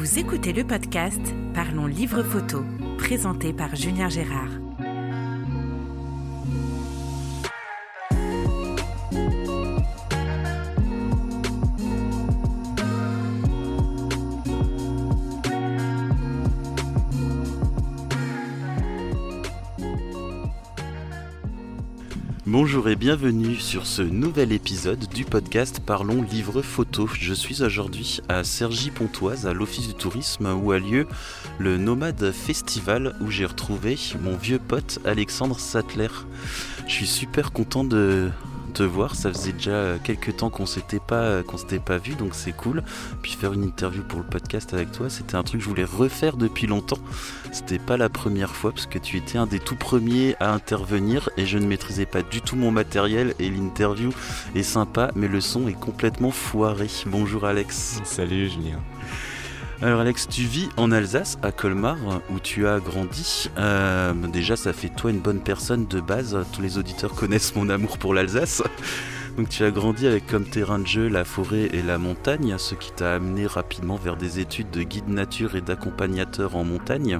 Vous écoutez le podcast Parlons Livre Photo, présenté par Julien Gérard. Bonjour et bienvenue sur ce nouvel épisode du podcast Parlons Livre Photo. Je suis aujourd'hui à Cergy-Pontoise, à l'Office du Tourisme, où a lieu le Nomade Festival, où j'ai retrouvé mon vieux pote Alexandre Sattler. Je suis super content de te voir, ça faisait déjà quelques temps qu'on s'était pas vu, donc c'est cool. Puis faire une interview pour le podcast avec toi, c'était un truc que je voulais refaire depuis longtemps. C'était pas la première fois parce que tu étais un des tout premiers à intervenir et je ne maîtrisais pas du tout mon matériel et l'interview est sympa mais le son est complètement foiré. Bonjour Alex. Salut Julien. Alors Alex, tu vis en Alsace, à Colmar, où tu as grandi. Déjà, ça fait toi une bonne personne de base. Tous les auditeurs connaissent mon amour pour l'Alsace. Donc tu as grandi avec comme terrain de jeu la forêt et la montagne, ce qui t'a amené rapidement vers des études de guide nature et d'accompagnateur en montagne.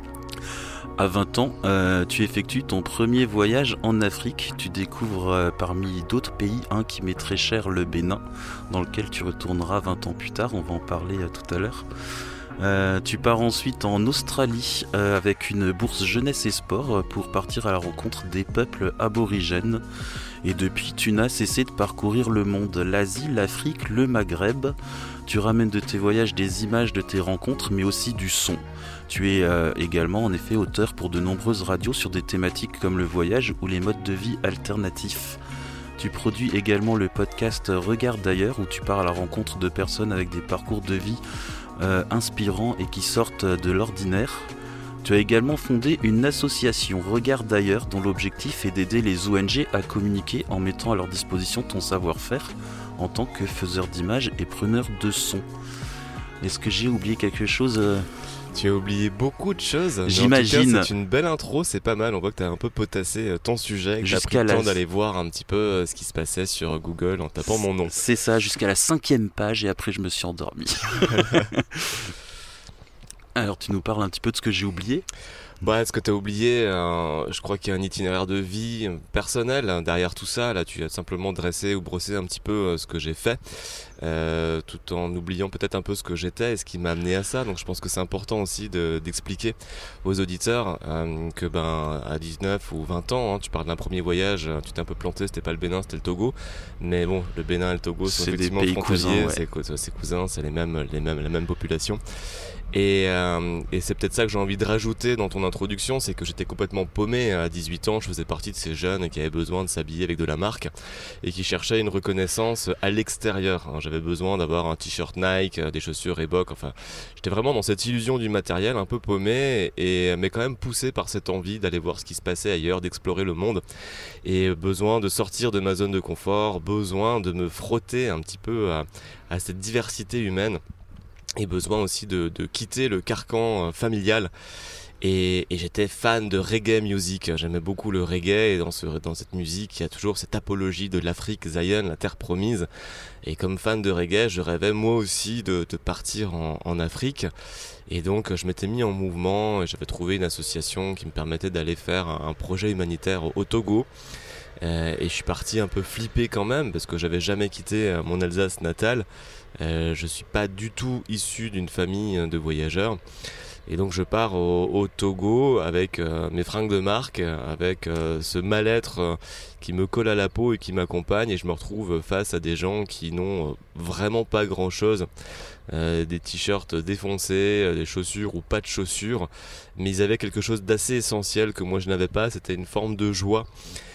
À 20 ans, tu effectues ton premier voyage en Afrique. Tu découvres parmi d'autres pays un qui m'est très cher, le Bénin, dans lequel tu retourneras 20 ans plus tard. On va en parler tout à l'heure. Tu pars ensuite en Australie avec une bourse jeunesse et sport pour partir à la rencontre des peuples aborigènes. Et depuis, tu n'as cessé de parcourir le monde, l'Asie, l'Afrique, le Maghreb. Tu ramènes de tes voyages des images de tes rencontres, mais aussi du son. Tu es également en effet auteur pour de nombreuses radios sur des thématiques comme le voyage ou les modes de vie alternatifs. Tu produis également le podcast Regarde d'ailleurs, où tu pars à la rencontre de personnes avec des parcours de vie inspirants et qui sortent de l'ordinaire. Tu as également fondé une association Regarde d'ailleurs, dont l'objectif est d'aider les ONG à communiquer en mettant à leur disposition ton savoir-faire en tant que faiseur d'images et preneur de son. Est-ce que j'ai oublié quelque chose Tu as oublié beaucoup de choses. J'imagine. En tout cas, c'est une belle intro, c'est pas mal. On voit que tu as un peu potassé ton sujet, que tu as pris le temps d'aller voir un petit peu ce qui se passait sur Google en tapant mon nom. C'est ça, jusqu'à la 5e page et après je me suis endormi. Alors tu nous parles un petit peu de ce que j'ai oublié ? Ce que tu as oublié, je crois qu'il y a un itinéraire de vie personnel derrière tout ça. Là, tu as simplement dressé ou brossé un petit peu ce que j'ai fait, tout en oubliant peut-être un peu ce que j'étais et ce qui m'a amené à ça. Donc je pense que c'est important aussi d'expliquer aux auditeurs que à 19 ou 20 ans, tu parles d'un premier voyage, tu t'es un peu planté, c'était pas le Bénin, c'était le Togo. Mais bon, le Bénin et le Togo sont effectivement frontaliers, c'est cousins, c'est la même population. Et c'est peut-être ça que j'ai envie de rajouter dans ton introduction, c'est que j'étais complètement paumé à 18 ans, je faisais partie de ces jeunes qui avaient besoin de s'habiller avec de la marque et qui cherchaient une reconnaissance à l'extérieur. J'avais besoin d'avoir un t-shirt Nike, des chaussures Reebok, enfin j'étais vraiment dans cette illusion du matériel, un peu paumé, mais quand même poussé par cette envie d'aller voir ce qui se passait ailleurs, d'explorer le monde et besoin de sortir de ma zone de confort, besoin de me frotter un petit peu à cette diversité humaine. Et besoin aussi de quitter le carcan familial. Et j'étais fan de reggae music. J'aimais beaucoup le reggae et dans cette musique, il y a toujours cette apologie de l'Afrique, Zion, la terre promise. Et comme fan de reggae, je rêvais moi aussi de partir en Afrique. Et donc je m'étais mis en mouvement et j'avais trouvé une association qui me permettait d'aller faire un projet humanitaire au Togo. Et je suis parti un peu flippé quand même parce que j'avais jamais quitté mon Alsace natale. Je suis pas du tout issu d'une famille de voyageurs. Et donc je pars au Togo avec mes fringues de marque, avec ce mal-être qui me colle à la peau et qui m'accompagne, et je me retrouve face à des gens qui n'ont vraiment pas grand-chose, des t-shirts défoncés, des chaussures ou pas de chaussures, mais ils avaient quelque chose d'assez essentiel que moi je n'avais pas, c'était une forme de joie.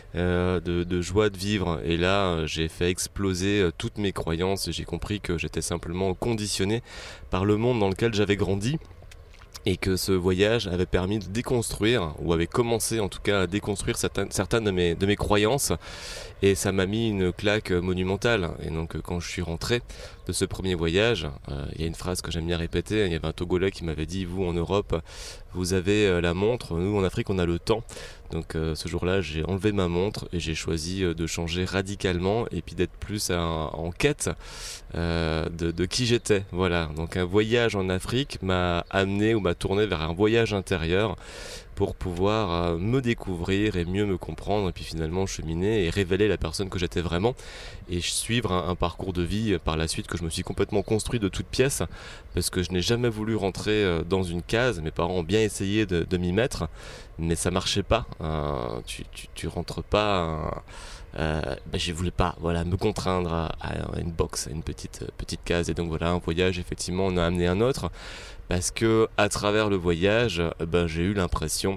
De joie de vivre, et là j'ai fait exploser toutes mes croyances et j'ai compris que j'étais simplement conditionné par le monde dans lequel j'avais grandi et que ce voyage avait permis de déconstruire, ou avait commencé en tout cas à déconstruire certaines de mes croyances, et ça m'a mis une claque monumentale. Et donc quand je suis rentré de ce premier voyage. Il y a une phrase que j'aime bien répéter, il y avait un Togolais qui m'avait dit: vous en Europe, vous avez la montre, nous en Afrique on a le temps. Donc ce jour-là, j'ai enlevé ma montre et j'ai choisi de changer radicalement et puis d'être plus en quête de qui j'étais. Voilà, donc un voyage en Afrique m'a amené ou m'a tourné vers un voyage intérieur pour pouvoir me découvrir et mieux me comprendre et puis finalement cheminer et révéler la personne que j'étais vraiment et suivre un parcours de vie par la suite que je me suis complètement construit de toutes pièces parce que je n'ai jamais voulu rentrer dans une case. Mes parents ont bien essayé de m'y mettre mais ça marchait pas. Tu rentres pas... je voulais pas me contraindre à une box, à une petite case. Et donc voilà, un voyage, effectivement, on a amené un autre. Parce que à travers le voyage, j'ai eu l'impression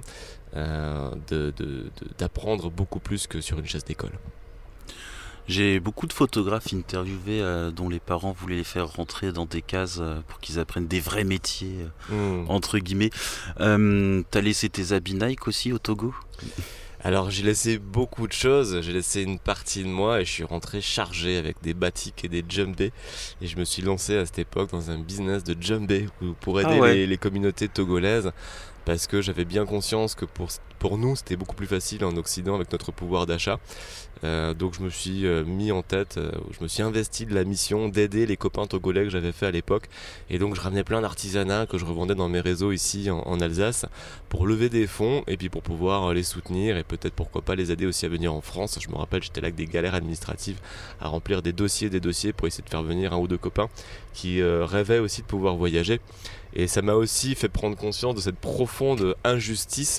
d'apprendre beaucoup plus que sur une chaise d'école. J'ai beaucoup de photographes interviewés dont les parents voulaient les faire rentrer dans des cases pour qu'ils apprennent des vrais métiers, entre guillemets. T'as laissé tes habits Nike aussi au Togo ? Alors j'ai laissé beaucoup de choses, j'ai laissé une partie de moi et je suis rentré chargé avec des batiks et des djembés et je me suis lancé à cette époque dans un business de djembé pour aider les communautés togolaises parce que j'avais bien conscience que pour nous c'était beaucoup plus facile en Occident avec notre pouvoir d'achat. Donc je me suis mis en tête, je me suis investi de la mission d'aider les copains togolais que j'avais fait à l'époque et donc je ramenais plein d'artisanats que je revendais dans mes réseaux ici en Alsace pour lever des fonds et puis pour pouvoir les soutenir et peut-être pourquoi pas les aider aussi à venir en France. Je me rappelle, j'étais là avec des galères administratives à remplir des dossiers pour essayer de faire venir un ou deux copains qui rêvaient aussi de pouvoir voyager et ça m'a aussi fait prendre conscience de cette profonde injustice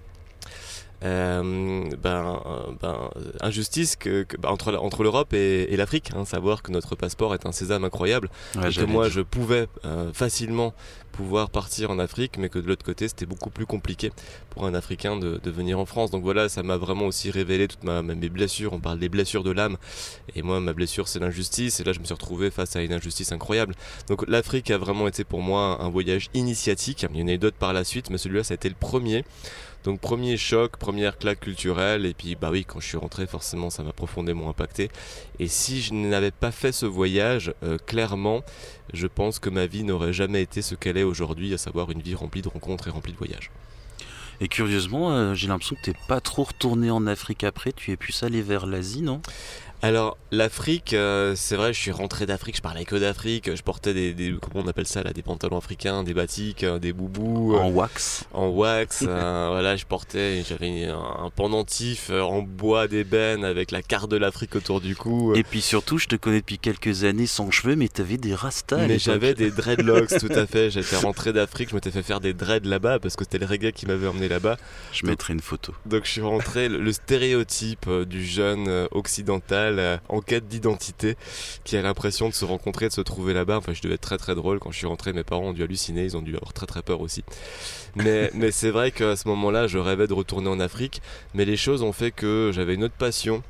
injustice entre l'Europe et l'Afrique, savoir que notre passeport est un sésame incroyable et que moi je pouvais facilement pouvoir partir en Afrique mais que de l'autre côté c'était beaucoup plus compliqué pour un Africain de venir en France. Donc voilà, ça m'a vraiment aussi révélé toutes mes blessures. On parle des blessures de l'âme et moi ma blessure c'est l'injustice et là je me suis retrouvé face à une injustice incroyable. Donc l'Afrique a vraiment été pour moi un voyage initiatique. Il y en a eu d'autres par la suite mais celui-là ça a été le premier. Donc premier choc, première claque culturelle et puis quand je suis rentré forcément ça m'a profondément impacté et si je n'avais pas fait ce voyage, clairement je pense que ma vie n'aurait jamais été ce qu'elle est aujourd'hui, à savoir une vie remplie de rencontres et remplie de voyages. Et curieusement, j'ai l'impression que t'es pas trop retourné en Afrique après, tu es plus allé vers l'Asie, non ? Alors l'Afrique, c'est vrai, je suis rentré d'Afrique, je parlais que d'Afrique, je portais des comment on appelle ça là, des pantalons africains, des batiks, des boubous en wax, voilà, j'avais un pendentif en bois d'ébène avec la carte de l'Afrique autour du cou. Et puis surtout, je te connais depuis quelques années sans cheveux, mais t'avais des rastas. Mais j'avais des dreadlocks, tout à fait. J'étais rentré d'Afrique, je m'étais fait faire des dreads là-bas parce que c'était le reggae qui m'avait emmené là-bas. Je mettrai une photo. Donc je suis rentré, le stéréotype du jeune occidental en quête d'identité qui a l'impression de se rencontrer, de se trouver là-bas. Enfin, je devais être très très drôle quand je suis rentré. Mes parents ont dû halluciner, ils ont dû avoir très très peur aussi. Mais c'est vrai qu'à ce moment-là, je rêvais de retourner en Afrique. Mais les choses ont fait que j'avais une autre passion.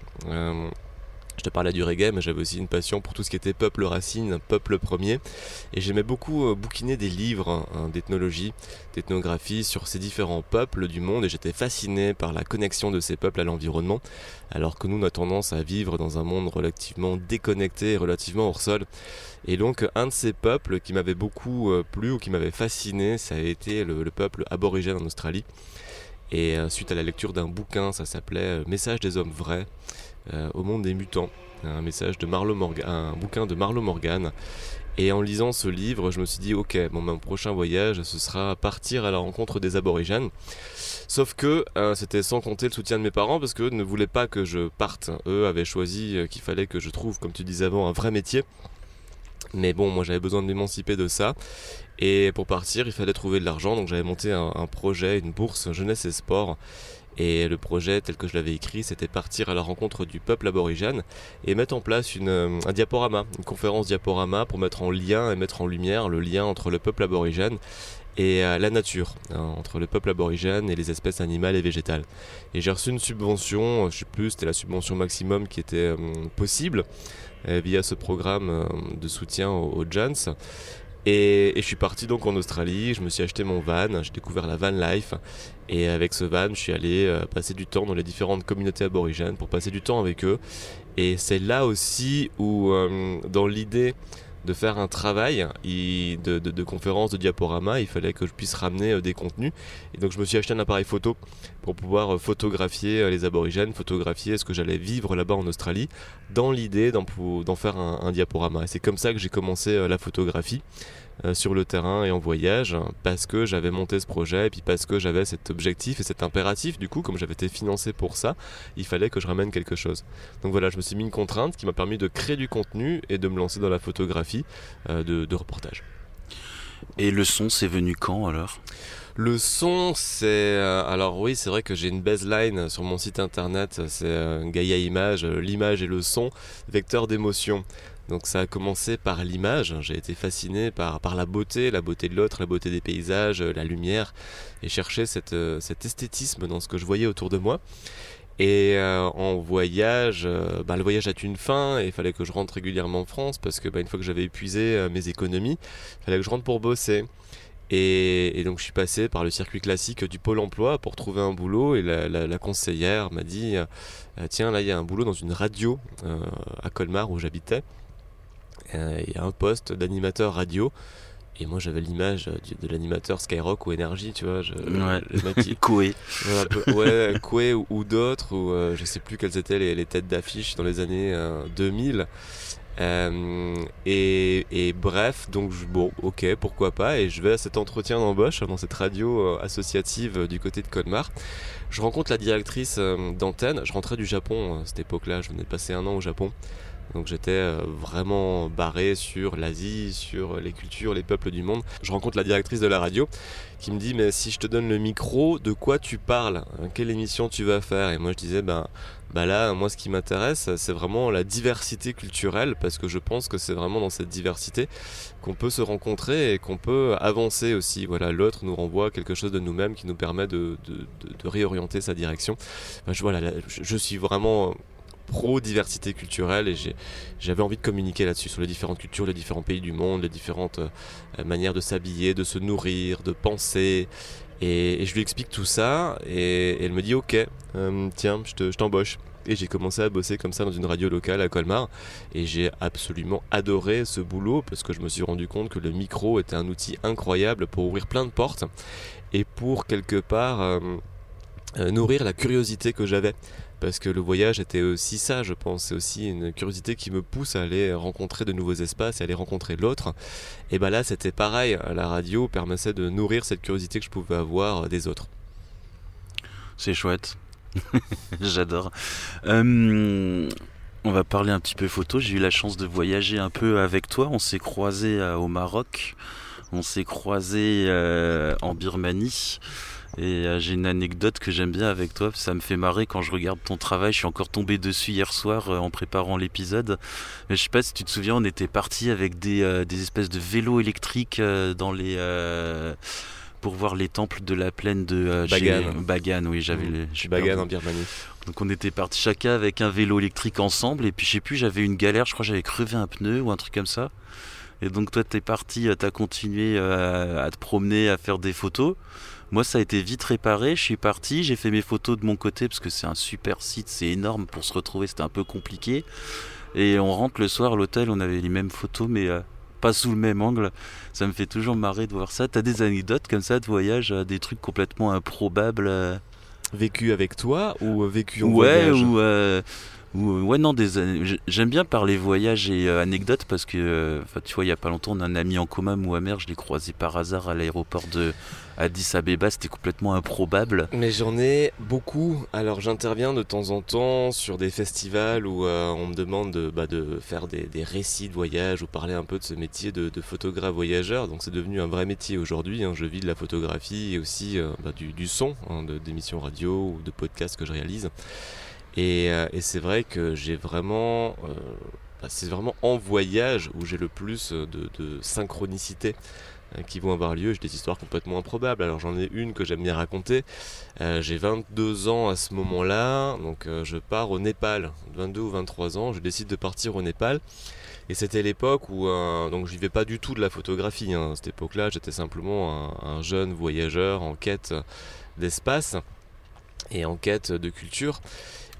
Je te parlais du reggae, mais j'avais aussi une passion pour tout ce qui était peuple racine, peuple premier. Et j'aimais beaucoup bouquiner des livres d'ethnologie, d'ethnographie sur ces différents peuples du monde. Et j'étais fasciné par la connexion de ces peuples à l'environnement. Alors que nous, on a tendance à vivre dans un monde relativement déconnecté et relativement hors sol. Et donc, un de ces peuples qui m'avait beaucoup plu ou qui m'avait fasciné, ça a été le peuple aborigène en Australie. Et suite à la lecture d'un bouquin, ça s'appelait Message des hommes vrais. Au monde des mutants, un bouquin de Marlo Morgan. Et en lisant ce livre, je me suis dit mon prochain voyage, ce sera partir à la rencontre des aborigènes. Sauf que c'était sans compter le soutien de mes parents parce qu'eux ne voulaient pas que je parte. Eux avaient choisi qu'il fallait que je trouve, comme tu disais avant, un vrai métier. Mais bon, moi j'avais besoin de m'émanciper de ça. Et pour partir, il fallait trouver de l'argent. Donc j'avais monté un projet, une bourse jeunesse et sport. Et le projet tel que je l'avais écrit, c'était partir à la rencontre du peuple aborigène et mettre en place un diaporama, une conférence diaporama pour mettre en lien et mettre en lumière le lien entre le peuple aborigène et la nature, entre le peuple aborigène et les espèces animales et végétales. Et j'ai reçu une subvention, je sais plus, c'était la subvention maximum qui était possible via ce programme de soutien aux Jans. Et je suis parti donc en Australie, je me suis acheté mon van, j'ai découvert la van life et avec ce van je suis allé passer du temps dans les différentes communautés aborigènes pour passer du temps avec eux. Et c'est là aussi où dans l'idée de faire un travail de conférence, de diaporama. Il fallait que je puisse ramener des contenus. Et donc je me suis acheté un appareil photo pour pouvoir photographier les aborigènes, photographier ce que j'allais vivre là-bas en Australie, dans l'idée d'en faire un diaporama. Et c'est comme ça que j'ai commencé la photographie. Sur le terrain et en voyage, parce que j'avais monté ce projet et puis parce que j'avais cet objectif et cet impératif. Du coup, comme j'avais été financé pour ça, il fallait que je ramène quelque chose. Donc voilà, je me suis mis une contrainte qui m'a permis de créer du contenu et de me lancer dans la photographie de reportage. Et le son, c'est venu quand alors ? Le son, c'est... alors oui, c'est vrai que j'ai une baseline sur mon site internet, c'est Gaïa Image, l'image et le son, vecteur d'émotion. Donc ça a commencé par l'image, j'ai été fasciné par la beauté de l'autre, la beauté des paysages, la lumière, et chercher cet esthétisme dans ce que je voyais autour de moi. Et en voyage, le voyage a une fin, et il fallait que je rentre régulièrement en France, parce que une fois que j'avais épuisé mes économies, il fallait que je rentre pour bosser. Et donc je suis passé par le circuit classique du Pôle emploi pour trouver un boulot, et la conseillère m'a dit tiens, là il y a un boulot dans une radio à Colmar où j'habitais. Il y a un poste d'animateur radio, et moi j'avais l'image de l'animateur Skyrock ou Énergie, tu vois. Coué. Coué ou d'autres, ou je sais plus quelles étaient les têtes d'affiche dans les années 2000. Et bref, donc ok, pourquoi pas, et je vais à cet entretien d'embauche dans cette radio associative du côté de Colmar. Je rencontre la directrice d'antenne. Je rentrais du Japon à cette époque-là, je venais de passer 1 an au Japon. Donc j'étais vraiment barré sur l'Asie, sur les cultures, les peuples du monde. Je rencontre la directrice de la radio qui me dit mais si je te donne le micro, de quoi tu parles ? Quelle émission tu vas faire ? Et moi je disais là, moi ce qui m'intéresse, c'est vraiment la diversité culturelle, parce que je pense que c'est vraiment dans cette diversité qu'on peut se rencontrer et qu'on peut avancer aussi. Voilà, l'autre nous renvoie quelque chose de nous-mêmes qui nous permet de réorienter sa direction. Je suis vraiment pro-diversité culturelle, et j'avais envie de communiquer là-dessus, sur les différentes cultures, les différents pays du monde, les différentes manières de s'habiller, de se nourrir, de penser, et je lui explique tout ça, et elle me dit ok, tiens, je t'embauche. Et j'ai commencé à bosser comme ça dans une radio locale à Colmar, et j'ai absolument adoré ce boulot, parce que je me suis rendu compte que le micro était un outil incroyable pour ouvrir plein de portes et pour quelque part nourrir la curiosité que j'avais. Parce que le voyage était aussi ça, je pense. C'est aussi une curiosité qui me pousse à aller rencontrer de nouveaux espaces et à aller rencontrer l'autre. Et là, c'était pareil. La radio permettait de nourrir cette curiosité que je pouvais avoir des autres. C'est chouette. J'adore. On va parler un petit peu photo. J'ai eu la chance de voyager un peu avec toi. On s'est croisés au Maroc. On s'est croisés en Birmanie. Et j'ai une anecdote que j'aime bien avec toi, ça me fait marrer quand je regarde ton travail. Je suis encore tombé dessus hier soir en préparant l'épisode. Mais je sais pas si tu te souviens, on était partis avec des espèces de vélos électriques pour voir les temples de la plaine de Bagan. Oui, Bagan en Birmanie. Donc on était partis chacun avec un vélo électrique ensemble, et puis je sais plus, j'avais une galère, je crois que j'avais crevé un pneu ou un truc comme ça. Et donc toi t'es parti, t'as continué à te promener, à faire des photos. Moi ça a été vite réparé, je suis parti, j'ai fait mes photos de mon côté parce que c'est un super site, c'est énorme, pour se retrouver c'était un peu compliqué. Et on rentre le soir à l'hôtel, on avait les mêmes photos mais pas sous le même angle. Ça me fait toujours marrer de voir ça. T'as des anecdotes comme ça de voyage, des trucs complètement improbables vécu avec toi ou vécu en voyage ? J'aime bien parler voyage et anecdotes parce que tu vois, il y a pas longtemps on a un ami en commun, Mohamed, je l'ai croisé par hasard à l'aéroport de Addis Abeba, c'était complètement improbable. Mais j'en ai beaucoup. Alors j'interviens de temps en temps sur des festivals où on me demande de faire des récits de voyage ou parler un peu de ce métier de photographe voyageur. Donc c'est devenu un vrai métier aujourd'hui, hein. Je vis de la photographie et aussi du son, hein, d'émissions radio ou de podcasts que je réalise. Et c'est vrai que j'ai vraiment, c'est vraiment en voyage où j'ai le plus de synchronicité qui vont avoir lieu. J'ai des histoires complètement improbables. Alors j'en ai une que j'aime bien raconter. J'ai 22 ans à ce moment-là, donc je pars au Népal. 22 ou 23 ans, je décide de partir au Népal. Et c'était l'époque où donc je vivais pas du tout de la photographie, hein. À cette époque-là, j'étais simplement un jeune voyageur en quête d'espace et en quête de culture.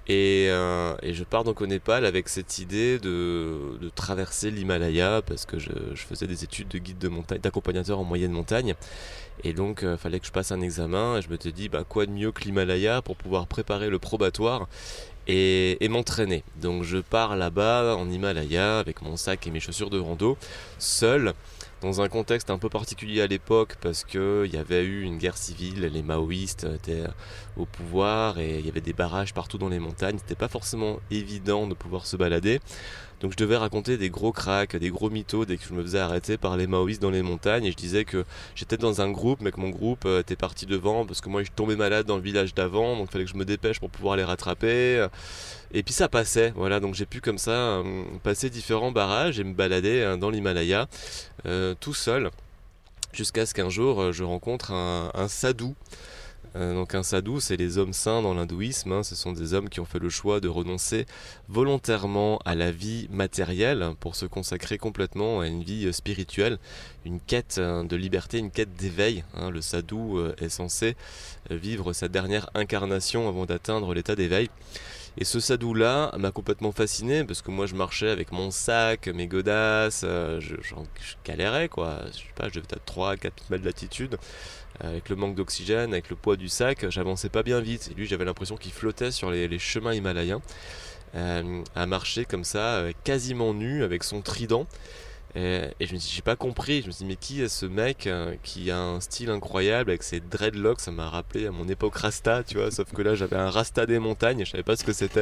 Et je pars donc au Népal avec cette idée de traverser l'Himalaya parce que je faisais des études de guide de montagne, d'accompagnateur en moyenne montagne. Et donc fallait que je passe un examen et je me suis dit quoi de mieux que l'Himalaya pour pouvoir préparer le probatoire et m'entraîner. Donc je pars là-bas en Himalaya avec mon sac et mes chaussures de rando, seul, dans un contexte un peu particulier à l'époque parce qu'il y avait eu une guerre civile, les maoïstes étaient au pouvoir et il y avait des barrages partout dans les montagnes, c'était pas forcément évident de pouvoir se balader. Donc je devais raconter des gros cracks, des gros mythos dès que je me faisais arrêter par les maoïstes dans les montagnes et je disais que j'étais dans un groupe mais que mon groupe était parti devant parce que moi je tombais malade dans le village d'avant, donc il fallait que je me dépêche pour pouvoir les rattraper. Et puis ça passait, voilà, donc j'ai pu comme ça passer différents barrages et me balader dans l'Himalaya tout seul jusqu'à ce qu'un jour je rencontre un sadhu. Donc un sadhu, c'est les hommes saints dans l'hindouisme, ce sont des hommes qui ont fait le choix de renoncer volontairement à la vie matérielle pour se consacrer complètement à une vie spirituelle, une quête de liberté, une quête d'éveil. Le sadhu est censé vivre sa dernière incarnation avant d'atteindre l'état d'éveil. Et ce sadhu-là m'a complètement fasciné parce que moi je marchais avec mon sac, mes godasses, je galérais quoi, je sais pas, je devais être à 3-4 mètres d'altitude. Avec le manque d'oxygène, avec le poids du sac, j'avançais pas bien vite. Et lui, j'avais l'impression qu'il flottait sur les chemins himalayens, à marcher comme ça, quasiment nu, avec son trident. Et je me suis dit, j'ai pas compris. Je me suis dit, mais qui est ce mec qui a un style incroyable avec ses dreadlocks? Ça m'a rappelé à mon époque Rasta, tu vois. Sauf que là, j'avais un Rasta des montagnes et je savais pas ce que c'était.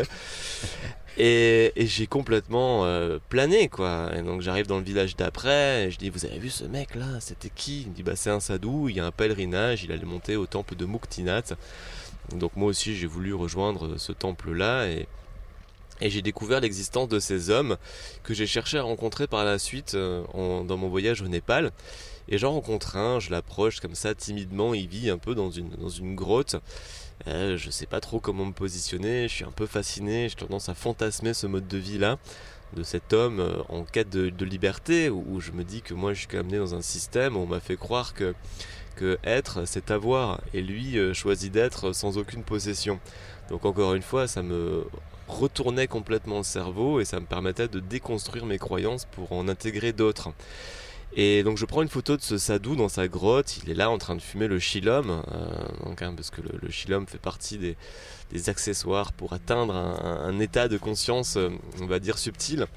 Et j'ai complètement plané, quoi. Et donc j'arrive dans le village d'après et je dis, vous avez vu ce mec là? C'était qui? Il me dit, c'est un sadhu, il y a un pèlerinage, il allait monter au temple de Muktinath. Donc moi aussi j'ai voulu rejoindre ce temple là et j'ai découvert l'existence de ces hommes que j'ai cherché à rencontrer par la suite dans mon voyage au Népal. Et j'en rencontre un, je l'approche comme ça timidement, il vit un peu dans une grotte. Je sais pas trop comment me positionner, je suis un peu fasciné, j'ai tendance à fantasmer ce mode de vie là, de cet homme en quête de liberté, où je me dis que moi je suis quand même né dans un système où on m'a fait croire que être c'est avoir, et lui choisit d'être sans aucune possession. Donc encore une fois ça me retournait complètement le cerveau et ça me permettait de déconstruire mes croyances pour en intégrer d'autres. Et donc je prends une photo de ce sadhu dans sa grotte, il est là en train de fumer le chillum, parce que le chillum fait partie des accessoires pour atteindre un état de conscience, on va dire subtil.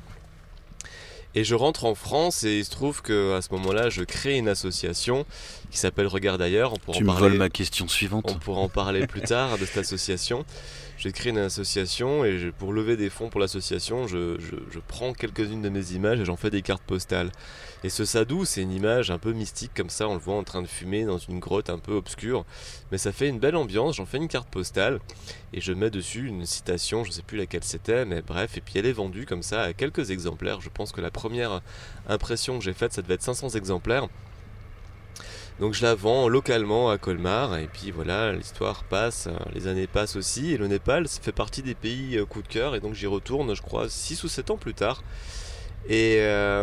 Et je rentre en France et il se trouve qu'à ce moment-là, je crée une association qui s'appelle Regarde ailleurs. Tu me voles ma question suivante. On pourra en parler plus tard de cette association. J'ai créé une association et pour lever des fonds pour l'association, je prends quelques-unes de mes images et j'en fais des cartes postales. Et ce sadhu, c'est une image un peu mystique comme ça, on le voit en train de fumer dans une grotte un peu obscure. Mais ça fait une belle ambiance, j'en fais une carte postale et je mets dessus une citation, je ne sais plus laquelle c'était, mais bref. Et puis elle est vendue comme ça à quelques exemplaires. Je pense que la première impression que j'ai faite, ça devait être 500 exemplaires. Donc je la vends localement à Colmar et puis voilà, l'histoire passe, les années passent aussi et le Népal ça fait partie des pays coup de cœur et donc j'y retourne je crois 6 ou 7 ans plus tard. Et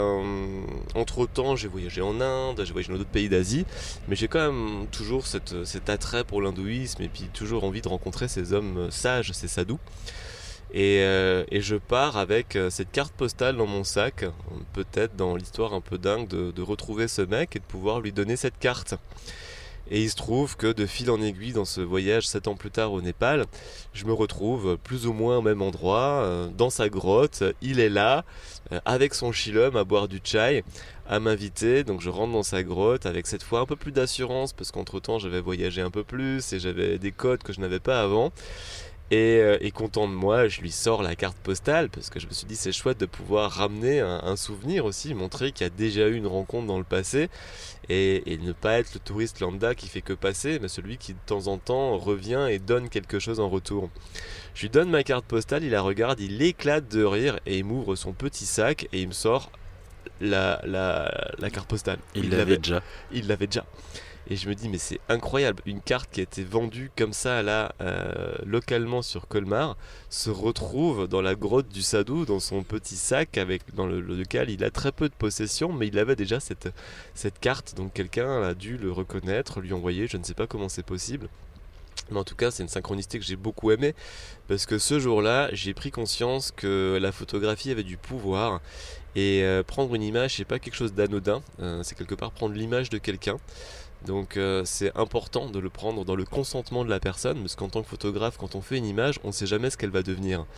entre temps j'ai voyagé en Inde, j'ai voyagé dans d'autres pays d'Asie, mais j'ai quand même toujours cet attrait pour l'hindouisme et puis toujours envie de rencontrer ces hommes sages, ces sadhus. Et je pars avec cette carte postale dans mon sac, peut-être dans l'histoire un peu dingue de retrouver ce mec et de pouvoir lui donner cette carte. Et il se trouve que de fil en aiguille dans ce voyage 7 ans plus tard au Népal, je me retrouve plus ou moins au même endroit, dans sa grotte, il est là, avec son chillum à boire du chai, à m'inviter. Donc je rentre dans sa grotte avec cette fois un peu plus d'assurance parce qu'entre temps j'avais voyagé un peu plus et j'avais des codes que je n'avais pas avant. Et content de moi, je lui sors la carte postale parce que je me suis dit c'est chouette de pouvoir ramener un souvenir aussi, montrer qu'il y a déjà eu une rencontre dans le passé et ne pas être le touriste lambda qui fait que passer, mais celui qui de temps en temps revient et donne quelque chose en retour. Je lui donne ma carte postale, il la regarde, il éclate de rire et il m'ouvre son petit sac et il me sort la carte postale. Il l'avait déjà. Il l'avait déjà. Et je me dis mais c'est incroyable, une carte qui a été vendue comme ça là localement sur Colmar se retrouve dans la grotte du sadhu dans son petit sac dans lequel il a très peu de possessions mais il avait déjà cette carte, donc quelqu'un a dû le reconnaître, lui envoyer, je ne sais pas comment c'est possible. Mais en tout cas, c'est une synchronicité que j'ai beaucoup aimée parce que ce jour-là, j'ai pris conscience que la photographie avait du pouvoir et prendre une image, c'est pas quelque chose d'anodin, c'est quelque part prendre l'image de quelqu'un. Donc c'est important de le prendre dans le consentement de la personne parce qu'en tant que photographe, quand on fait une image, on ne sait jamais ce qu'elle va devenir.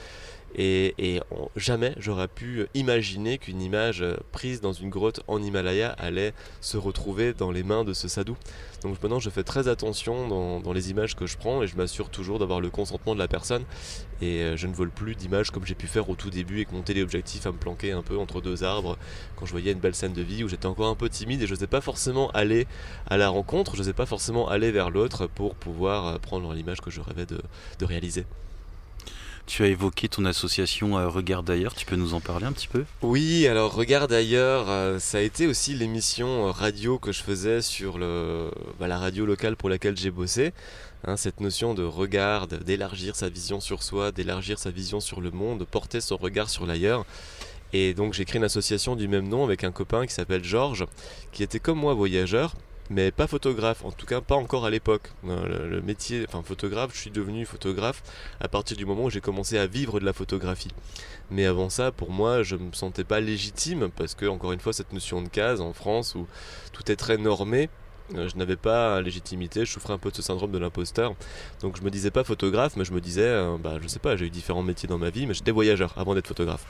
Jamais j'aurais pu imaginer qu'une image prise dans une grotte en Himalaya allait se retrouver dans les mains de ce sadhu. Donc maintenant je fais très attention dans les images que je prends et je m'assure toujours d'avoir le consentement de la personne et je ne vole plus d'images comme j'ai pu faire au tout début avec mon téléobjectif à me planquer un peu entre deux arbres quand je voyais une belle scène de vie où j'étais encore un peu timide et je n'osais pas forcément aller à la rencontre, je n'osais pas forcément aller vers l'autre pour pouvoir prendre l'image que je rêvais de réaliser. Tu as évoqué ton association Regard d'ailleurs, tu peux nous en parler un petit peu ? Oui, alors Regard d'ailleurs, ça a été aussi l'émission radio que je faisais sur la radio locale pour laquelle j'ai bossé. Cette notion de regard, d'élargir sa vision sur soi, d'élargir sa vision sur le monde, de porter son regard sur l'ailleurs. Et donc j'ai créé une association du même nom avec un copain qui s'appelle Georges, qui était comme moi voyageur, mais pas photographe, en tout cas pas encore à l'époque. Le métier, photographe, je suis devenu photographe à partir du moment où j'ai commencé à vivre de la photographie. Mais avant ça, pour moi, je me sentais pas légitime parce que, encore une fois, cette notion de case en France où tout est très normé, je n'avais pas légitimité, je souffrais un peu de ce syndrome de l'imposteur. Donc je me disais pas photographe, mais je me disais, je sais pas, j'ai eu différents métiers dans ma vie, mais j'étais voyageur avant d'être photographe.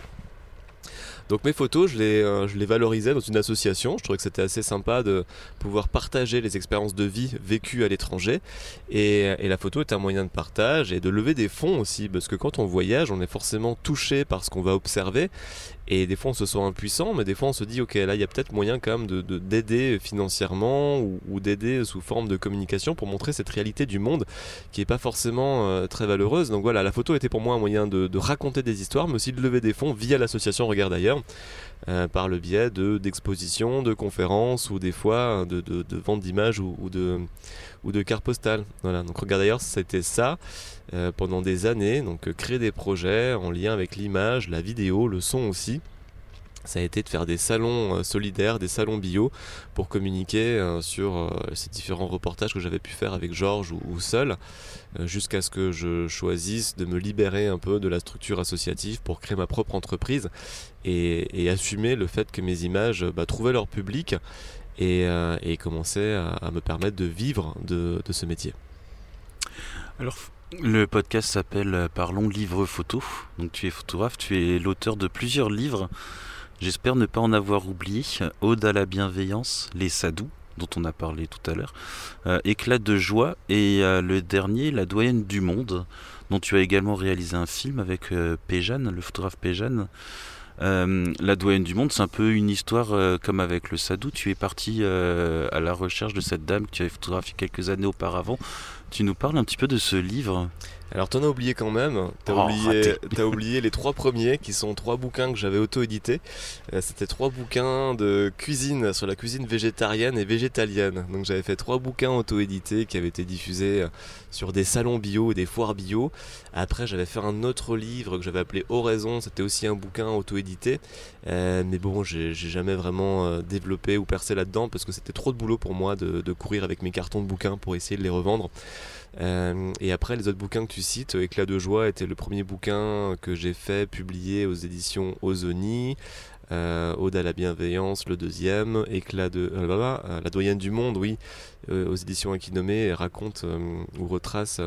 Donc mes photos, je les valorisais dans une association. Je trouvais que c'était assez sympa de pouvoir partager les expériences de vie vécues à l'étranger. Et la photo est un moyen de partage et de lever des fonds aussi. Parce que quand on voyage, on est forcément touché par ce qu'on va observer. Et des fois on se sent impuissant, mais des fois on se dit ok, là il y a peut-être moyen quand même d'aider financièrement ou d'aider sous forme de communication pour montrer cette réalité du monde qui n'est pas forcément très valeureuse. Donc voilà, la photo était pour moi un moyen de raconter des histoires, mais aussi de lever des fonds via l'association Regard d'ailleurs, par le biais d'expositions, de conférences ou des fois de vente d'images ou de cartes postales. Voilà, donc Regard d'ailleurs, c'était ça. Pendant des années, donc créer des projets en lien avec l'image, la vidéo, le son aussi. Ça a été de faire des salons solidaires, des salons bio pour communiquer sur ces différents reportages que j'avais pu faire avec Georges ou seul, jusqu'à ce que je choisisse de me libérer un peu de la structure associative pour créer ma propre entreprise et assumer le fait que mes images trouvaient leur public et commençaient à me permettre de vivre de ce métier. Alors, le podcast s'appelle Parlons livre photo. Donc tu es photographe, tu es l'auteur de plusieurs livres. J'espère ne pas en avoir oublié. Ode à la bienveillance, les sadhus, dont on a parlé tout à l'heure. Éclat de joie et le dernier, La doyenne du monde, dont tu as également réalisé un film avec Péjane, le photographe Péjane. La doyenne du monde, c'est un peu une histoire comme avec le sadhu. Tu es parti à la recherche de cette dame que tu avais photographiée quelques années auparavant. Tu nous parles un petit peu de ce livre ? Alors t'en as oublié quand même, t'as oublié les 3 premiers qui sont 3 bouquins que j'avais auto-édités. C'était 3 bouquins de cuisine sur la cuisine végétarienne et végétalienne. Donc j'avais fait 3 bouquins auto-édités qui avaient été diffusés sur des salons bio et des foires bio. Après j'avais fait un autre livre que j'avais appelé Oraison, c'était aussi un bouquin auto-édité. Mais bon, j'ai jamais vraiment développé ou percé là-dedans parce que c'était trop de boulot pour moi de courir avec mes cartons de bouquins pour essayer de les revendre. Et après les autres bouquins que tu cites, Éclat de joie était le premier bouquin que j'ai fait publier aux éditions Ozoni, Ode à la bienveillance le deuxième, Éclat de La doyenne du monde, oui, aux éditions Aquinomé, raconte ou retrace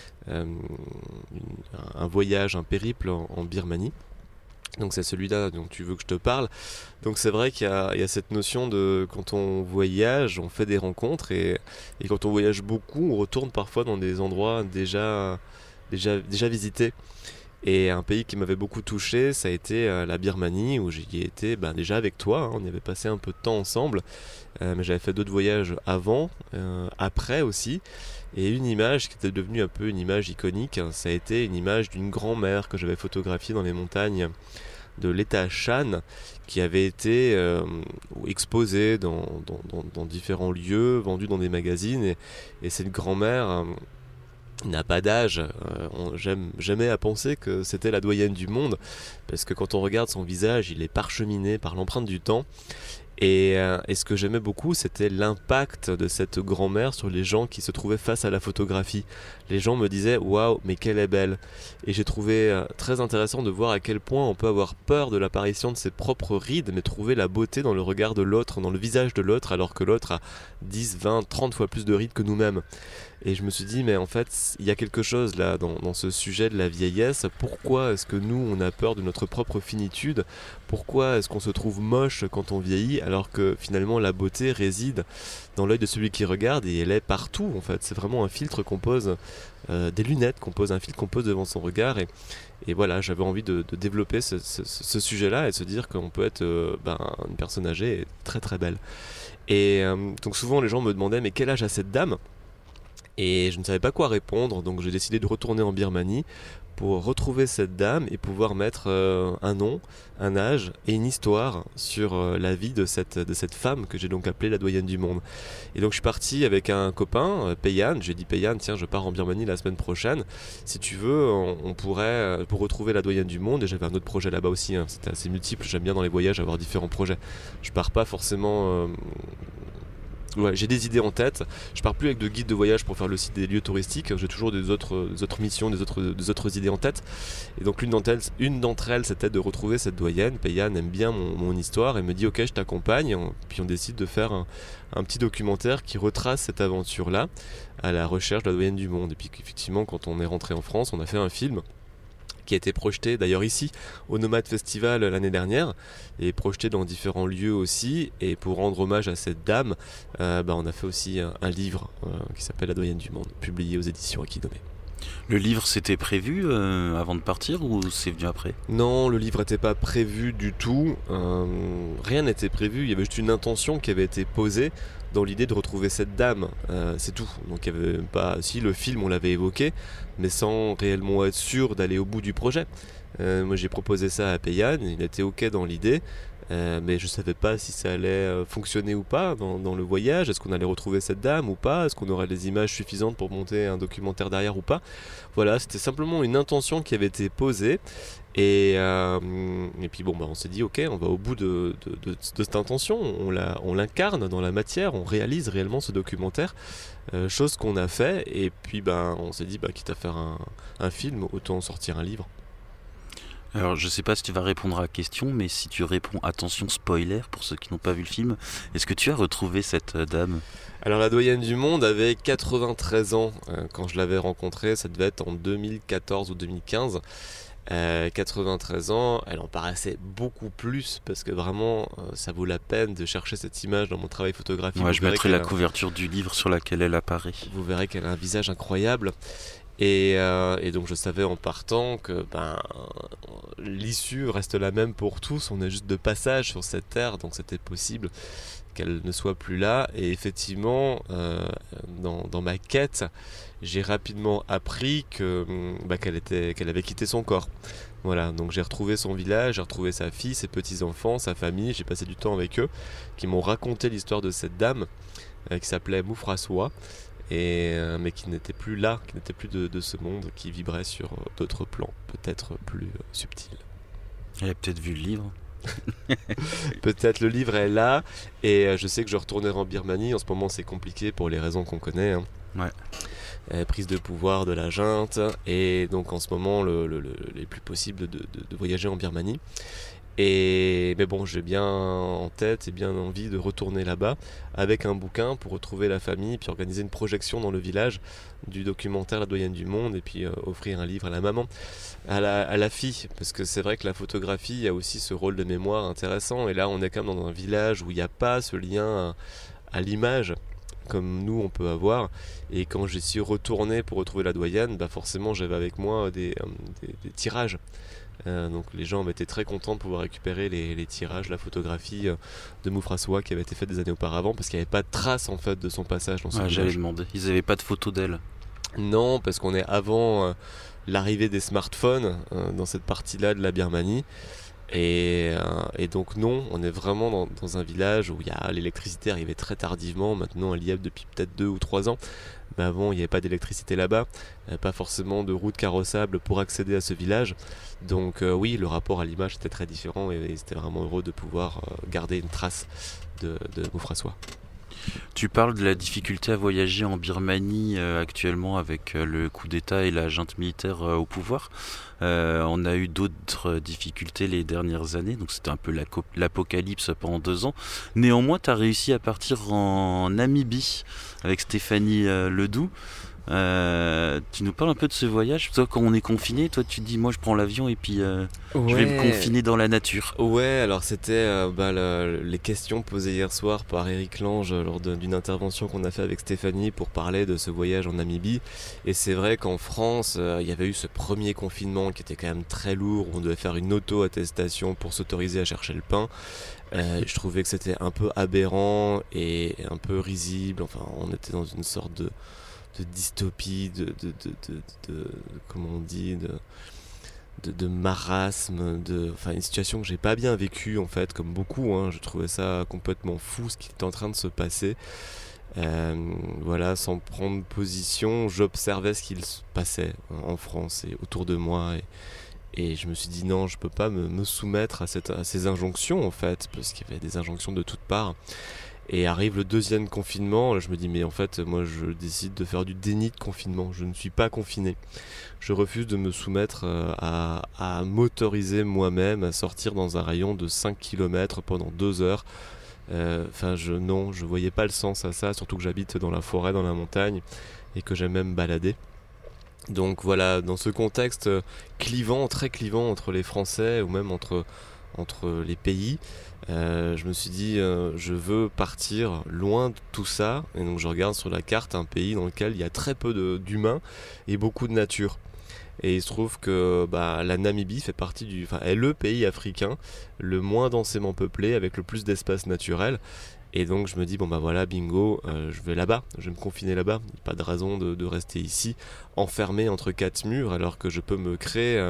un voyage, un périple en Birmanie. Donc c'est celui-là dont tu veux que je te parle. Donc c'est vrai qu'il y a cette notion de quand on voyage, on fait des rencontres et quand on voyage beaucoup, on retourne parfois dans des endroits déjà visités. Et un pays qui m'avait beaucoup touché, ça a été la Birmanie, où j'y ai été déjà avec toi, on y avait passé un peu de temps ensemble, mais j'avais fait d'autres voyages avant, après aussi. Et une image qui était devenue un peu une image iconique, ça a été une image d'une grand-mère que j'avais photographiée dans les montagnes de l'État Shan, qui avait été exposée dans différents lieux, vendue dans des magazines. Et cette grand-mère n'a pas d'âge. J'aime jamais à penser que c'était la doyenne du monde, parce que quand on regarde son visage, il est parcheminé par l'empreinte du temps. Et ce que j'aimais beaucoup, c'était l'impact de cette grand-mère sur les gens qui se trouvaient face à la photographie. Les gens me disaient « Waouh, mais qu'elle est belle !» Et j'ai trouvé très intéressant de voir à quel point on peut avoir peur de l'apparition de ses propres rides, mais trouver la beauté dans le regard de l'autre, dans le visage de l'autre, alors que l'autre a 10, 20, 30 fois plus de rides que nous-mêmes. Et je me suis dit, mais en fait, il y a quelque chose là dans ce sujet de la vieillesse. Pourquoi est-ce que nous, on a peur de notre propre finitude ? Pourquoi est-ce qu'on se trouve moche quand on vieillit, alors que finalement la beauté réside dans l'œil de celui qui regarde et elle est partout en fait. C'est vraiment un filtre qu'on pose, des lunettes qu'on pose, un filtre qu'on pose devant son regard. Et voilà, j'avais envie de développer ce sujet-là et de se dire qu'on peut être une personne âgée et très très belle. Et donc souvent les gens me demandaient, mais quel âge a cette dame ? Et je ne savais pas quoi répondre, donc j'ai décidé de retourner en Birmanie pour retrouver cette dame et pouvoir mettre un nom, un âge et une histoire sur la vie de cette femme que j'ai donc appelée la doyenne du monde. Et donc je suis parti avec un copain, Peyhan. J'ai dit Peyhan, tiens, je pars en Birmanie la semaine prochaine. Si tu veux, on pourrait, pour retrouver la doyenne du monde, et j'avais un autre projet là-bas aussi, hein, c'était assez multiple, j'aime bien dans les voyages avoir différents projets. Je pars pas forcément... Ouais, j'ai des idées en tête. Je pars plus avec de guide de voyage pour faire le site des lieux touristiques. J'ai toujours des autres missions, des autres idées en tête. Et donc une d'entre elles, c'était de retrouver cette doyenne. Peyhan aime bien mon histoire et me dit ok, je t'accompagne. Puis on décide de faire un petit documentaire qui retrace cette aventure-là à la recherche de la doyenne du monde. Et puis effectivement, quand on est rentré en France, on a fait un film qui a été projeté d'ailleurs ici au Nomade Festival l'année dernière et projeté dans différents lieux aussi. Et pour rendre hommage à cette dame, on a fait aussi un livre qui s'appelle La doyenne du monde, publié aux éditions Akinomé. Le livre, c'était prévu avant de partir ou c'est venu après ? Non, le livre n'était pas prévu du tout. Rien n'était prévu. Il y avait juste une intention qui avait été posée dans l'idée de retrouver cette dame. C'est tout. Donc il y avait pas. Si le film, on l'avait évoqué, mais sans réellement être sûr d'aller au bout du projet. Moi, j'ai proposé ça à Peyhan. Il était ok dans l'idée. Mais je savais pas si ça allait fonctionner ou pas dans le voyage. Est-ce qu'on allait retrouver cette dame ou pas ? Est-ce qu'on aurait les images suffisantes pour monter un documentaire derrière ou pas ? Voilà, c'était simplement une intention qui avait été posée. Et puis on s'est dit ok, on va au bout de cette intention, on l'incarne dans la matière, on réalise réellement ce documentaire, chose qu'on a fait. Et puis on s'est dit quitte à faire un film, autant sortir un livre. Alors, je sais pas si tu vas répondre à la question, mais si tu réponds, attention, spoiler, pour ceux qui n'ont pas vu le film, est-ce que tu as retrouvé cette dame ? Alors, la doyenne du monde avait 93 ans quand je l'avais rencontrée, ça devait être en 2014 ou 2015. 93 ans, elle en paraissait beaucoup plus parce que vraiment ça vaut la peine de chercher cette image dans mon travail photographique. Ouais, je mettrai la couverture du livre sur laquelle elle apparaît. Vous verrez qu'elle a un visage incroyable. Et donc je savais en partant que l'issue reste la même pour tous, on est juste de passage sur cette terre, donc c'était possible qu'elle ne soit plus là. Et effectivement, dans ma quête, j'ai rapidement appris qu'elle avait quitté son corps. Voilà, donc j'ai retrouvé son village, j'ai retrouvé sa fille, ses petits-enfants, sa famille, j'ai passé du temps avec eux, qui m'ont raconté l'histoire de cette dame qui s'appelait Moufrassoa. Mais qui n'était plus là, qui n'était plus de ce monde, qui vibrait sur d'autres plans, peut-être plus subtils. Elle a peut-être vu le livre. Peut-être le livre est là, et je sais que je retournerai en Birmanie. En ce moment, c'est compliqué pour les raisons qu'on connaît. Hein. Ouais. Prise de pouvoir de la junte, et donc en ce moment, il est plus possible de voyager en Birmanie. Mais bon, j'ai bien en tête et bien envie de retourner là-bas avec un bouquin pour retrouver la famille, puis organiser une projection dans le village du documentaire La doyenne du monde, et puis offrir un livre à la maman, à la fille, parce que c'est vrai que la photographie a aussi ce rôle de mémoire intéressant, et là on est quand même dans un village où il n'y a pas ce lien à l'image comme nous on peut avoir. Et quand j'y suis retourné pour retrouver la doyenne, forcément j'avais avec moi des tirages. Donc les gens étaient très contents de pouvoir récupérer les tirages, la photographie de Moufrassoa qui avait été faite des années auparavant, parce qu'il n'y avait pas de trace en fait de son passage dans ce village. J'avais demandé, ils n'avaient pas de photo d'elle. Non, parce qu'on est avant l'arrivée des smartphones dans cette partie-là de la Birmanie. Et donc non, on est vraiment dans un village où l'électricité arrivait très tardivement. Maintenant elle y est depuis peut-être 2 ou 3 ans. Mais avant il n'y avait pas d'électricité là-bas, pas forcément de route carrossable pour accéder à ce village. Donc oui, le rapport à l'image était très différent, et c'était vraiment heureux de pouvoir garder une trace de Moufrassois. Tu parles de la difficulté à voyager en Birmanie actuellement avec le coup d'État et la junte militaire au pouvoir. On a eu d'autres difficultés les dernières années, donc c'était un peu l'apocalypse pendant 2 ans. Néanmoins, tu as réussi à partir en Namibie avec Stéphanie Ledoux. Tu nous parles un peu de ce voyage. Toi, quand on est confiné, toi tu te dis moi je prends l'avion et puis je vais me confiner dans la nature. Ouais, alors c'était les questions posées hier soir par Eric Lange lors d'une intervention qu'on a fait avec Stéphanie pour parler de ce voyage en Namibie. Et c'est vrai qu'en France, il y avait eu ce premier confinement qui était quand même très lourd, où on devait faire une auto-attestation pour s'autoriser à chercher le pain. Je trouvais que c'était un peu aberrant et un peu risible. Enfin, on était dans une sorte de dystopie, comment on dit, de marasme, enfin une situation que j'ai pas bien vécue en fait, comme beaucoup, hein. Je trouvais ça complètement fou ce qui était en train de se passer. Voilà, sans prendre position, j'observais ce qu'il se passait en France et autour de moi, et je me suis dit non, je peux pas me soumettre à ces injonctions en fait, parce qu'il y avait des injonctions de toutes parts. Et arrive le deuxième confinement, je me dis mais en fait moi je décide de faire du déni de confinement, je ne suis pas confiné. Je refuse de me soumettre à m'autoriser moi-même à sortir dans un rayon de 5 km pendant 2 heures. Enfin je voyais pas le sens à ça, surtout que j'habite dans la forêt, dans la montagne, et que j'aime même balader. Donc voilà, dans ce contexte clivant, très clivant entre les Français ou même entre les pays, je me suis dit je veux partir loin de tout ça, et donc je regarde sur la carte un pays dans lequel il y a très peu d'humains et beaucoup de nature. Et il se trouve que la Namibie est le pays africain le moins densément peuplé, avec le plus d'espace naturel. Et donc je me dis voilà, bingo, je vais là-bas, je vais me confiner là-bas. Pas de raison de rester ici enfermé entre 4 murs, alors que je peux me créer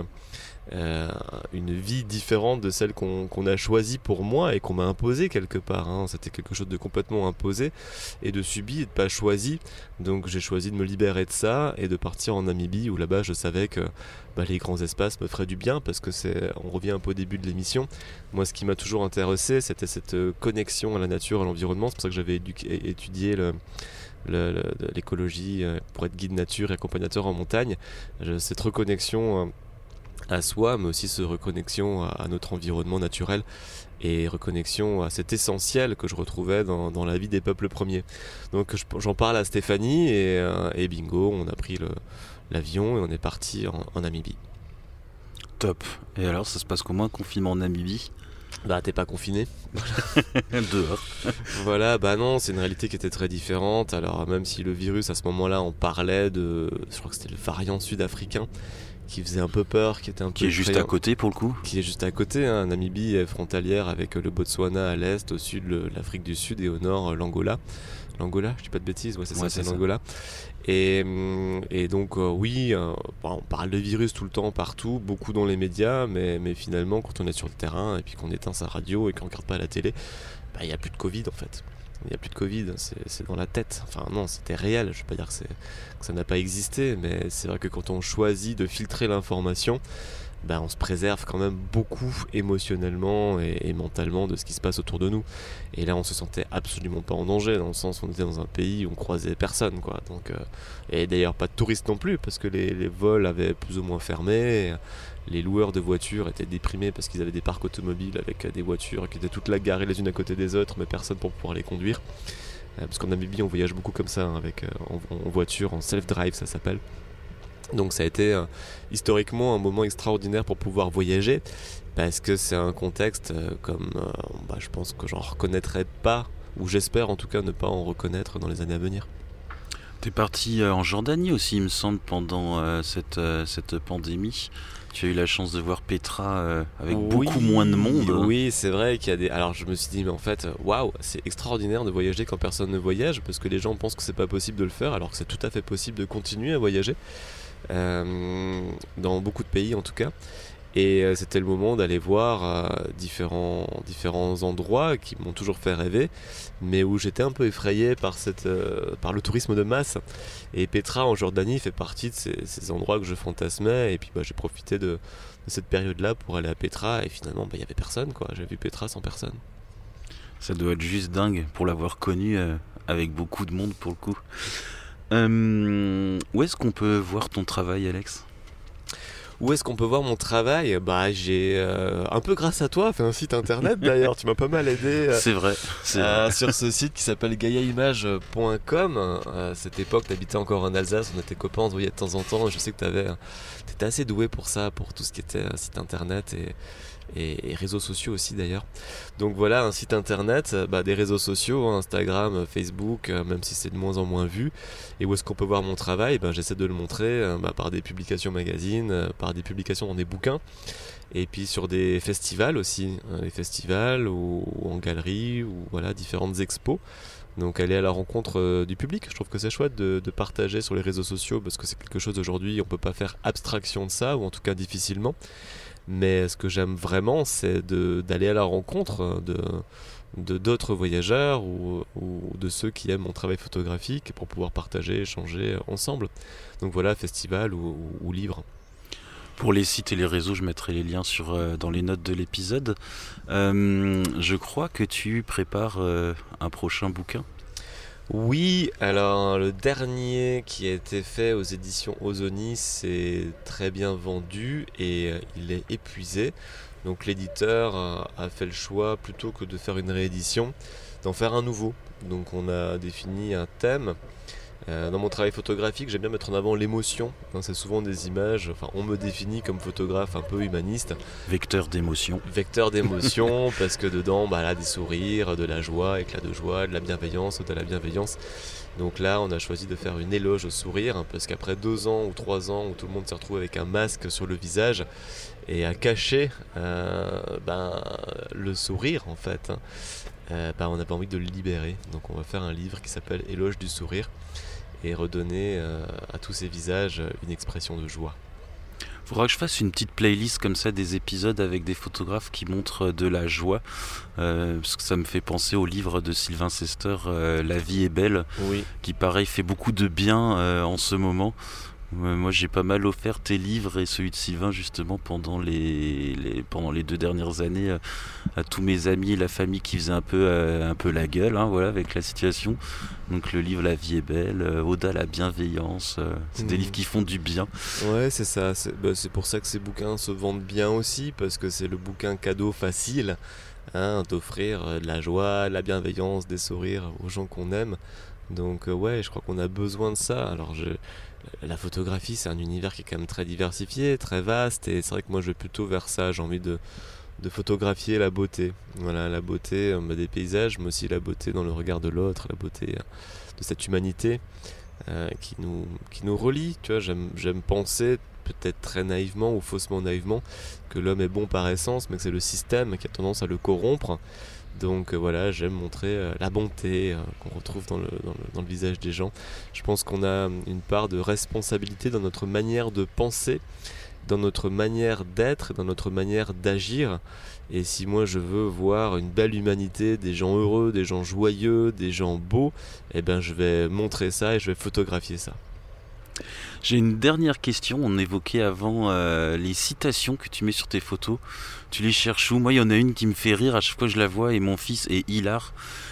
une vie différente de celle qu'on a choisie pour moi et qu'on m'a imposée quelque part, hein. C'était quelque chose de complètement imposé et de subi et de pas choisi. Donc j'ai choisi de me libérer de ça et de partir en Namibie, où là-bas je savais que les grands espaces me feraient du bien, parce que on revient un peu au début de l'émission. Moi, ce qui m'a toujours intéressé, c'était cette connexion à la nature, à l'environnement. C'est pour ça que j'avais étudié l'écologie pour être guide nature et accompagnateur en montagne. Cette reconnexion à soi, mais aussi cette reconnexion à notre environnement naturel, et reconnexion à cet essentiel que je retrouvais dans la vie des peuples premiers. Donc j'en parle à Stéphanie, et bingo, on a pris l'avion et on est parti en Namibie. Top. Et alors, ça se passe comment un confinement en Namibie ? T'es pas confiné. Dehors. Voilà, non, c'est une réalité qui était très différente. Alors même si le virus, à ce moment-là, on parlait je crois que c'était le variant sud-africain, qui faisait un peu peur, qui était un peu... Qui est juste à côté pour le coup. Qui est juste à côté, hein. Namibie est frontalière avec le Botswana à l'est, au sud l'Afrique du Sud, et au nord l'Angola. L'Angola, je dis pas de bêtises, ouais, c'est l'Angola. Et donc oui, on parle de virus tout le temps, partout, beaucoup dans les médias, mais finalement quand on est sur le terrain et puis qu'on éteint sa radio et qu'on regarde pas la télé, il n'y a plus de Covid en fait. Il n'y a plus de Covid, c'est dans la tête. Enfin non, c'était réel, je ne vais pas dire que ça n'a pas existé, mais c'est vrai que quand on choisit de filtrer l'information, on se préserve quand même beaucoup émotionnellement et mentalement de ce qui se passe autour de nous. Et là, on se sentait absolument pas en danger, dans le sens où on était dans un pays où on croisait personne, quoi. Donc, et d'ailleurs pas de touristes non plus, parce que les vols avaient plus ou moins fermé. Les loueurs de voitures étaient déprimés parce qu'ils avaient des parcs automobiles avec des voitures qui étaient toutes là garées les unes à côté des autres, mais personne pour pouvoir les conduire. Parce qu'en Namibie, on voyage beaucoup comme ça, hein, en voiture, en self-drive, ça s'appelle. Donc ça a été historiquement un moment extraordinaire pour pouvoir voyager, parce que c'est un contexte je pense que j'en reconnaîtrai pas, ou j'espère en tout cas ne pas en reconnaître dans les années à venir. T'es parti en Jordanie aussi, il me semble, pendant cette pandémie. Tu as eu la chance de voir Petra avec beaucoup moins de monde. Oui, c'est vrai qu'il y a des... Alors je me suis dit, mais en fait, waouh, c'est extraordinaire de voyager quand personne ne voyage, parce que les gens pensent que c'est pas possible de le faire, alors que c'est tout à fait possible de continuer à voyager, dans beaucoup de pays en tout cas. Et c'était le moment d'aller voir différents endroits qui m'ont toujours fait rêver, mais où j'étais un peu effrayé par le tourisme de masse. Et Petra en Jordanie fait partie de ces endroits que je fantasmais, et puis j'ai profité de cette période-là pour aller à Petra, et finalement il n'y avait personne, quoi. J'ai vu Petra sans personne. Ça doit être juste dingue pour l'avoir connu avec beaucoup de monde pour le coup. Où est-ce qu'on peut voir ton travail, Alex ? Où est-ce qu'on peut voir mon travail ? J'ai, un peu grâce à toi, fait un site internet d'ailleurs, tu m'as pas mal aidé. C'est vrai. Sur ce site qui s'appelle gaiaimage.com. À cette époque, t'habitais encore en Alsace, on était copains, on se voyait de temps en temps. Je sais que t'étais assez doué pour ça, pour tout ce qui était site internet et réseaux sociaux aussi d'ailleurs. Donc voilà, un site internet, des réseaux sociaux, Instagram, Facebook, même si c'est de moins en moins vu. Et où est-ce qu'on peut voir mon travail ? J'essaie de le montrer par des publications magazines, par des publications dans des bouquins, et puis sur des festivals aussi, les festivals ou en galerie, ou voilà, différentes expos. Donc aller à la rencontre du public, je trouve que c'est chouette de partager sur les réseaux sociaux, parce que c'est quelque chose aujourd'hui, on peut pas faire abstraction de ça, ou en tout cas difficilement. Mais ce que j'aime vraiment, c'est d'aller à la rencontre de d'autres voyageurs ou de ceux qui aiment mon travail photographique pour pouvoir partager, échanger ensemble. Donc voilà, festival ou livre. Pour les sites et les réseaux, je mettrai les liens dans les notes de l'épisode. Je crois que tu prépares un prochain bouquin. Oui, alors le dernier qui a été fait aux éditions Ozoni, c'est très bien vendu et il est épuisé. Donc l'éditeur a fait le choix, plutôt que de faire une réédition, d'en faire un nouveau. Donc on a défini un thème. Dans mon travail photographique, j'aime bien mettre en avant l'émotion. C'est souvent des images, on me définit comme photographe un peu humaniste. Vecteur d'émotion. Vecteur d'émotion, parce que dedans, là, des sourires, de la joie, éclat de joie, de la bienveillance, de la bienveillance. Donc là, on a choisi de faire une éloge au sourire, parce qu'après 2 ans ou 3 ans où tout le monde s'est retrouvé avec un masque sur le visage et à cacher le sourire en fait, on avait envie de le libérer. Donc on va faire un livre qui s'appelle Éloge du sourire et redonner à tous ces visages une expression de joie. Faudra que je fasse une petite playlist comme ça, des épisodes avec des photographes qui montrent de la joie, parce que ça me fait penser au livre de Sylvain Sester, La vie est belle, oui. Qui pareil fait beaucoup de bien en ce moment. Moi j'ai pas mal offert tes livres et celui de Sylvain justement pendant les 2 dernières années à tous mes amis et la famille qui faisaient un peu la gueule, voilà, avec la situation. Donc le livre La vie est belle, Ode à la bienveillance, c'est des livres qui font du bien. Ouais, c'est ça, c'est pour ça que ces bouquins se vendent bien aussi, parce que c'est le bouquin cadeau facile, d'offrir de la joie, de la bienveillance, des sourires aux gens qu'on aime. Donc je crois qu'on a besoin de ça. Alors la photographie, c'est un univers qui est quand même très diversifié, très vaste, et c'est vrai que moi je vais plutôt vers ça. J'ai envie de photographier la beauté. Voilà, la beauté des paysages, mais aussi la beauté dans le regard de l'autre, la beauté de cette humanité qui nous relie. Tu vois, j'aime penser, peut-être très naïvement ou faussement naïvement, que l'homme est bon par essence, mais que c'est le système qui a tendance à le corrompre. Donc j'aime montrer la bonté qu'on retrouve dans le visage des gens. Je pense qu'on a une part de responsabilité dans notre manière de penser, dans notre manière d'être et dans notre manière d'agir. Et si moi je veux voir une belle humanité, des gens heureux, des gens joyeux, des gens beaux, je vais montrer ça et je vais photographier ça. J'ai une dernière question. On évoquait avant les citations que tu mets sur tes photos. Tu les cherches où ? Moi, il y en a une qui me fait rire à chaque fois que je la vois, et mon fils est hilar.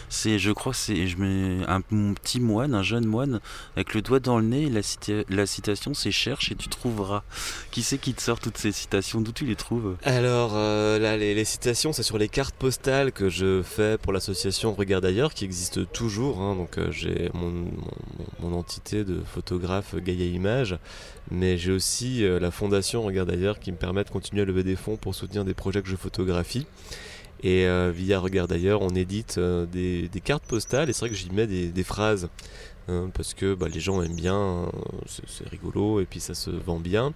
Je mets mon petit moine, un jeune moine, avec le doigt dans le nez, et la citation c'est « Cherche et tu trouveras ». Qui c'est qui te sort toutes ces citations ? D'où tu les trouves ? Alors là, les citations, c'est sur les cartes postales que je fais pour l'association Regarde ailleurs, qui existe toujours. Donc j'ai mon entité de photographe Gaia Images, mais j'ai aussi la fondation Regarde ailleurs qui me permet de continuer à lever des fonds pour soutenir des projets que je photographie. Et via Regarde ailleurs, on édite des cartes postales, et c'est vrai que j'y mets des phrases, parce que les gens aiment bien, c'est rigolo, et puis ça se vend bien.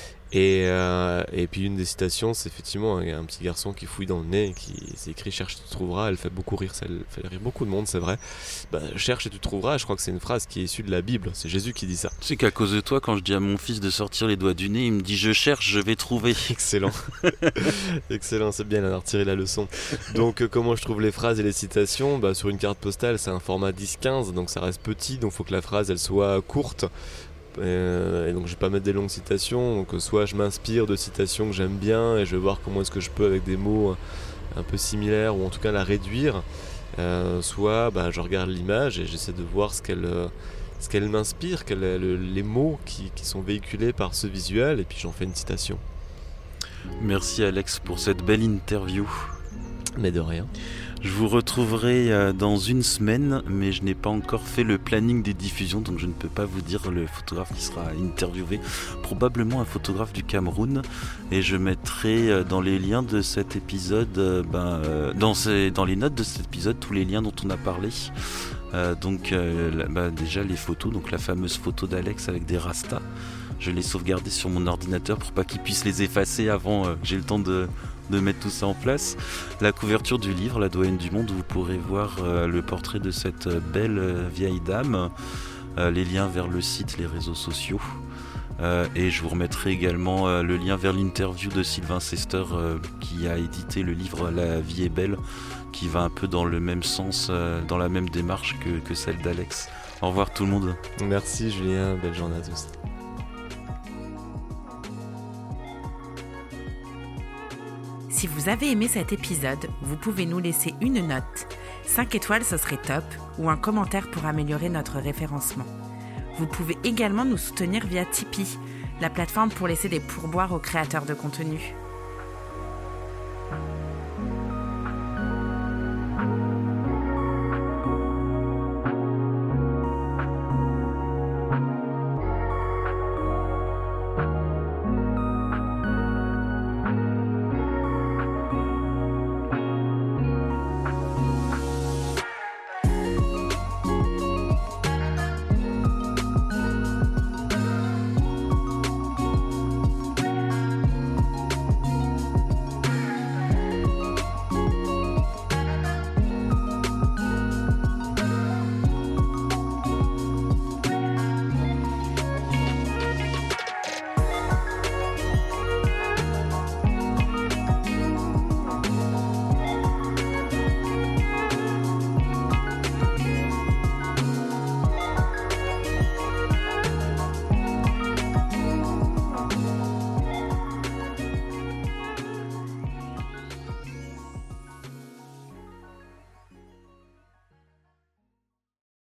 Et puis une des citations, c'est effectivement un petit garçon qui fouille dans le nez et qui s'écrit « Cherche et tu trouveras ». Elle fait beaucoup rire, elle fait rire beaucoup de monde, c'est vrai. Cherche et tu trouveras, je crois que c'est une phrase qui est issue de la Bible, c'est Jésus qui dit ça. Tu sais qu'à cause de toi, quand je dis à mon fils de sortir les doigts du nez, il me dit « Je cherche, je vais trouver ». Excellent. Excellent, c'est bien, il a retiré la leçon. Donc comment je trouve les phrases et les citations ? Sur une carte postale, c'est un format 10-15, donc ça reste petit, donc il faut que la phrase elle soit courte. Et donc je vais pas mettre des longues citations, donc soit je m'inspire de citations que j'aime bien et je vais voir comment est-ce que je peux avec des mots un peu similaires, ou en tout cas la réduire, soit je regarde l'image et j'essaie de voir ce qu'elle m'inspire, quels sont les mots qui sont véhiculés par ce visuel, et puis j'en fais une citation. Merci Alex pour cette belle interview. Mais de rien. Je vous retrouverai dans une semaine, mais je n'ai pas encore fait le planning des diffusions, donc je ne peux pas vous dire le photographe qui sera interviewé. Probablement un photographe du Cameroun, et je mettrai dans les liens de cet épisode, dans les notes de cet épisode, tous les liens dont on a parlé. Déjà les photos, donc la fameuse photo d'Alex avec des rastas. Je l'ai sauvegardée sur mon ordinateur pour pas qu'il puisse les effacer avant que j'ai le temps de mettre tout ça en place. La couverture du livre, La doyenne du monde, où vous pourrez voir le portrait de cette belle vieille dame, les liens vers le site, les réseaux sociaux. Et je vous remettrai également le lien vers l'interview de Sylvain Sester qui a édité le livre La vie est belle, qui va un peu dans le même sens, dans la même démarche que celle d'Alex. Au revoir tout le monde. Merci Julien, belle journée à tous. Si vous avez aimé cet épisode, vous pouvez nous laisser une note. 5 étoiles, ce serait top, ou un commentaire pour améliorer notre référencement. Vous pouvez également nous soutenir via Tipeee, la plateforme pour laisser des pourboires aux créateurs de contenu.